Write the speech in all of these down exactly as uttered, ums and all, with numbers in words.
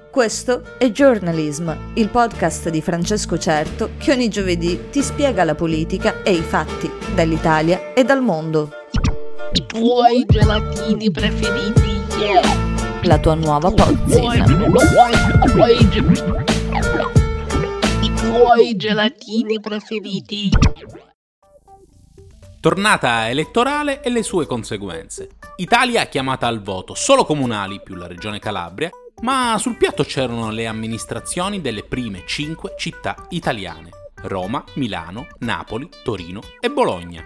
Questo è Journalism, il podcast di Francesco Certo che ogni giovedì ti spiega la politica e i fatti dall'Italia e dal mondo. I tuoi gelatini preferiti, yeah. La tua nuova pozzina. I tuoi gelatini preferiti. Tornata elettorale e le sue conseguenze. Italia chiamata al voto, solo comunali più la regione Calabria, ma sul piatto c'erano le amministrazioni delle prime cinque città italiane: Roma, Milano, Napoli, Torino e Bologna.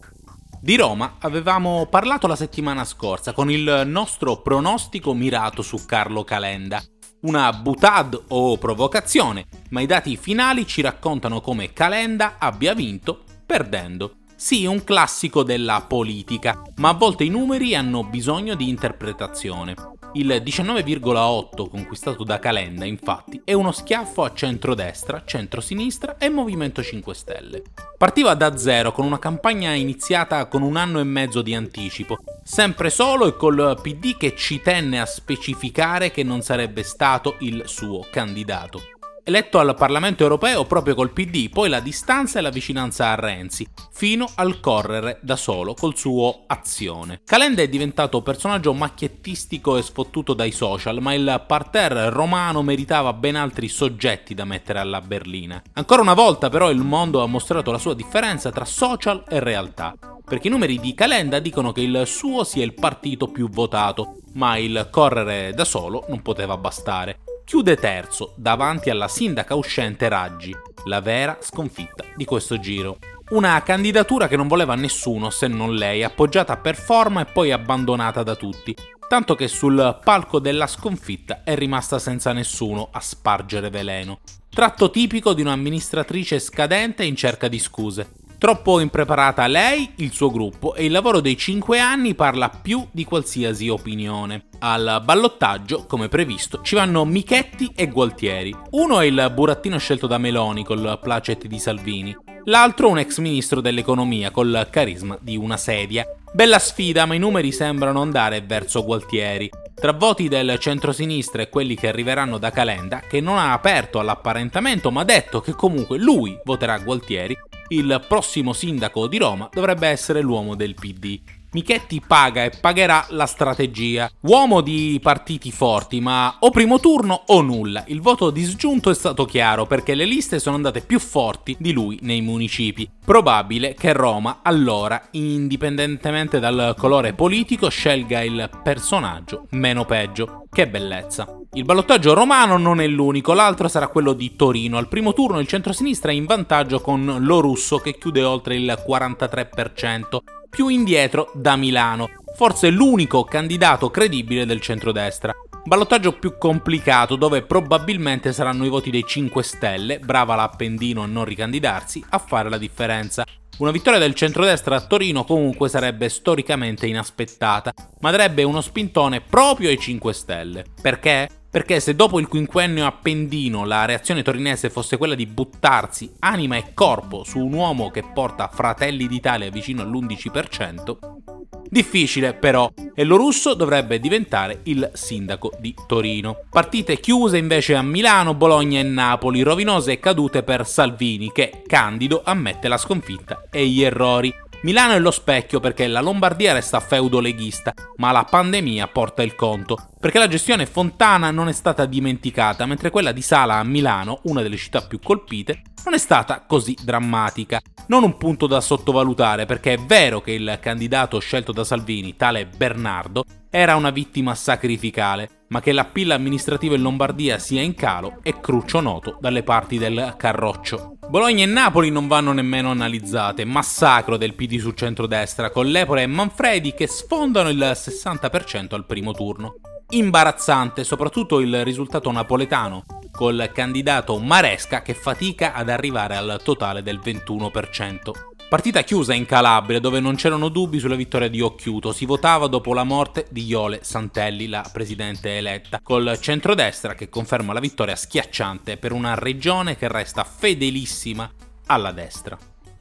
Di Roma avevamo parlato la settimana scorsa con il nostro pronostico mirato su Carlo Calenda. Una boutade o provocazione, ma i dati finali ci raccontano come Calenda abbia vinto perdendo. Sì, un classico della politica, ma a volte i numeri hanno bisogno di interpretazione. Il diciannove virgola otto conquistato da Calenda, infatti, è uno schiaffo a centrodestra, centrosinistra e Movimento cinque Stelle. Partiva da zero con una campagna iniziata con un anno e mezzo di anticipo, sempre solo e col P D che ci tenne a specificare che non sarebbe stato il suo candidato. Eletto al Parlamento europeo proprio col P D, poi la distanza e la vicinanza a Renzi, fino al correre da solo col suo Azione. Calenda è diventato personaggio macchiettistico e sfottuto dai social, ma il parterre romano meritava ben altri soggetti da mettere alla berlina. Ancora una volta però il mondo ha mostrato la sua differenza tra social e realtà, perché i numeri di Calenda dicono che il suo sia il partito più votato, ma il correre da solo non poteva bastare. Chiude terzo davanti alla sindaca uscente Raggi, la vera sconfitta di questo giro. Una candidatura che non voleva nessuno se non lei, appoggiata per forma e poi abbandonata da tutti, tanto che sul palco della sconfitta è rimasta senza nessuno a spargere veleno. Tratto tipico di un'amministratrice scadente in cerca di scuse. Troppo impreparata lei, il suo gruppo e il lavoro dei cinque anni parla più di qualsiasi opinione. Al ballottaggio, come previsto, ci vanno Michetti e Gualtieri. Uno è il burattino scelto da Meloni col placet di Salvini, l'altro un ex ministro dell'economia col carisma di una sedia. Bella sfida, ma i numeri sembrano andare verso Gualtieri. Tra voti del centrosinistra e quelli che arriveranno da Calenda, che non ha aperto all'apparentamento ma ha detto che comunque lui voterà Gualtieri, il prossimo sindaco di Roma dovrebbe essere l'uomo del P D. Michetti paga e pagherà la strategia. Uomo di partiti forti, ma o primo turno o nulla. Il voto disgiunto è stato chiaro perché le liste sono andate più forti di lui nei municipi. Probabile che Roma, allora, indipendentemente dal colore politico, scelga il personaggio meno peggio. Che bellezza. Il ballottaggio romano non è l'unico, l'altro sarà quello di Torino. Al primo turno il centrosinistra è in vantaggio con Lo Russo che chiude oltre il quarantatré per cento. Più indietro da Milano, forse l'unico candidato credibile del centrodestra. Ballottaggio più complicato dove probabilmente saranno i voti dei cinque Stelle, brava l'Appendino a non ricandidarsi, a fare la differenza. Una vittoria del centrodestra a Torino comunque sarebbe storicamente inaspettata, ma darebbe uno spintone proprio ai cinque Stelle. Perché? Perché se dopo il quinquennio appendino la reazione torinese fosse quella di buttarsi anima e corpo su un uomo che porta Fratelli d'Italia vicino all'undici per cento, difficile però, e Lo Russo dovrebbe diventare il sindaco di Torino. Partite chiuse invece a Milano, Bologna e Napoli, rovinose e cadute per Salvini che, candido, ammette la sconfitta e gli errori. Milano è lo specchio perché la Lombardia resta feudo-leghista, ma la pandemia porta il conto, perché la gestione fontana non è stata dimenticata, mentre quella di Sala a Milano, una delle città più colpite, non è stata così drammatica. Non un punto da sottovalutare, perché è vero che il candidato scelto da Salvini, tale Bernardo, era una vittima sacrificale, ma che l'appeal amministrativo in Lombardia sia in calo è cruccio noto dalle parti del Carroccio. Bologna e Napoli non vanno nemmeno analizzate, massacro del P D sul centrodestra, con Lepore e Manfredi che sfondano il sessanta per cento al primo turno. Imbarazzante soprattutto il risultato napoletano, col candidato Maresca che fatica ad arrivare al totale del ventuno per cento. Partita chiusa in Calabria, dove non c'erano dubbi sulla vittoria di Occhiuto. Si votava dopo la morte di Iole Santelli, la presidente eletta, col centrodestra che conferma la vittoria schiacciante per una regione che resta fedelissima alla destra.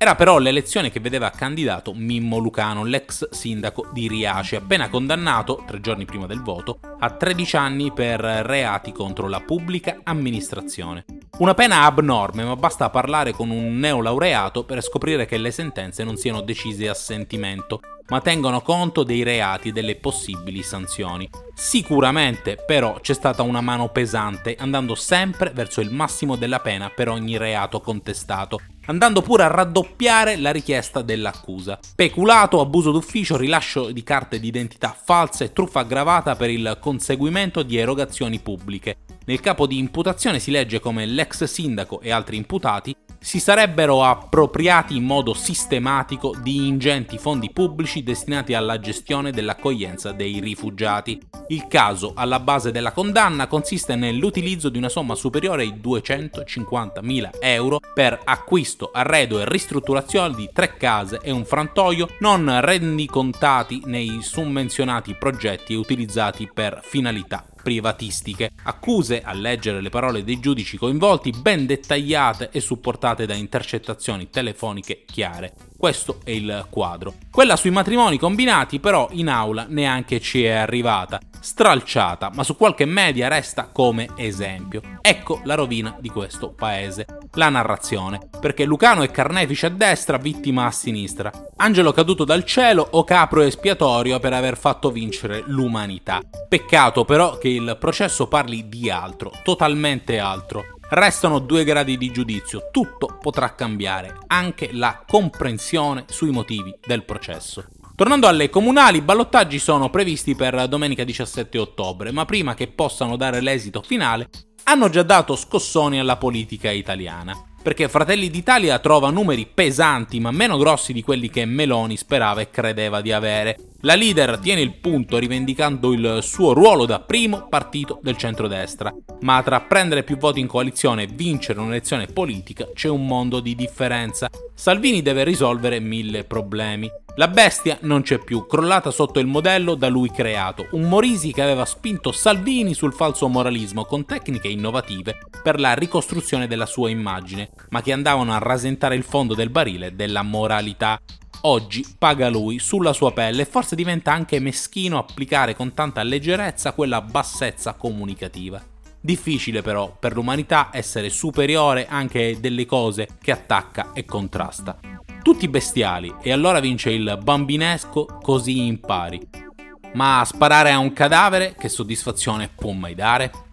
Era però l'elezione che vedeva candidato Mimmo Lucano, l'ex sindaco di Riace, appena condannato, tre giorni prima del voto, a tredici anni per reati contro la pubblica amministrazione. Una pena abnorme, ma basta parlare con un neolaureato per scoprire che le sentenze non siano decise a sentimento, ma tengono conto dei reati e delle possibili sanzioni. Sicuramente, però, c'è stata una mano pesante, andando sempre verso il massimo della pena per ogni reato contestato, andando pure a raddoppiare la richiesta dell'accusa. Peculato, abuso d'ufficio, rilascio di carte d'identità false e truffa aggravata per il conseguimento di erogazioni pubbliche. Nel capo di imputazione si legge come l'ex sindaco e altri imputati si sarebbero appropriati in modo sistematico di ingenti fondi pubblici destinati alla gestione dell'accoglienza dei rifugiati. Il caso alla base della condanna consiste nell'utilizzo di una somma superiore ai duecentocinquantamila euro per acquisto, arredo e ristrutturazione di tre case e un frantoio non rendicontati nei summenzionati progetti e utilizzati per finalità privatistiche. Accuse, a leggere le parole dei giudici coinvolti, ben dettagliate e supportate da intercettazioni telefoniche chiare. Questo è il quadro. Quella sui matrimoni combinati però in aula neanche ci è arrivata, stralciata, ma su qualche media resta come esempio. Ecco la rovina di questo paese. La narrazione, perché Lucano è carnefice a destra, vittima a sinistra, angelo caduto dal cielo o capro espiatorio per aver fatto vincere l'umanità. Peccato però che il processo parli di altro, totalmente altro. Restano due gradi di giudizio, tutto potrà cambiare, anche la comprensione sui motivi del processo. Tornando alle comunali, i ballottaggi sono previsti per domenica diciassette ottobre, ma prima che possano dare l'esito finale, hanno già dato scossoni alla politica italiana, perché Fratelli d'Italia trova numeri pesanti ma meno grossi di quelli che Meloni sperava e credeva di avere. La leader tiene il punto rivendicando il suo ruolo da primo partito del centrodestra, ma tra prendere più voti in coalizione e vincere un'elezione politica c'è un mondo di differenza. Salvini deve risolvere mille problemi. La bestia non c'è più, crollata sotto il modello da lui creato, un Morisi che aveva spinto Salvini sul falso moralismo con tecniche innovative per la ricostruzione della sua immagine, ma che andavano a rasentare il fondo del barile della moralità. Oggi paga lui sulla sua pelle e forse diventa anche meschino applicare con tanta leggerezza quella bassezza comunicativa. Difficile però per l'umanità essere superiore anche delle cose che attacca e contrasta. Tutti bestiali, e allora vince il bambinesco così impari. Ma sparare a un cadavere che soddisfazione può mai dare?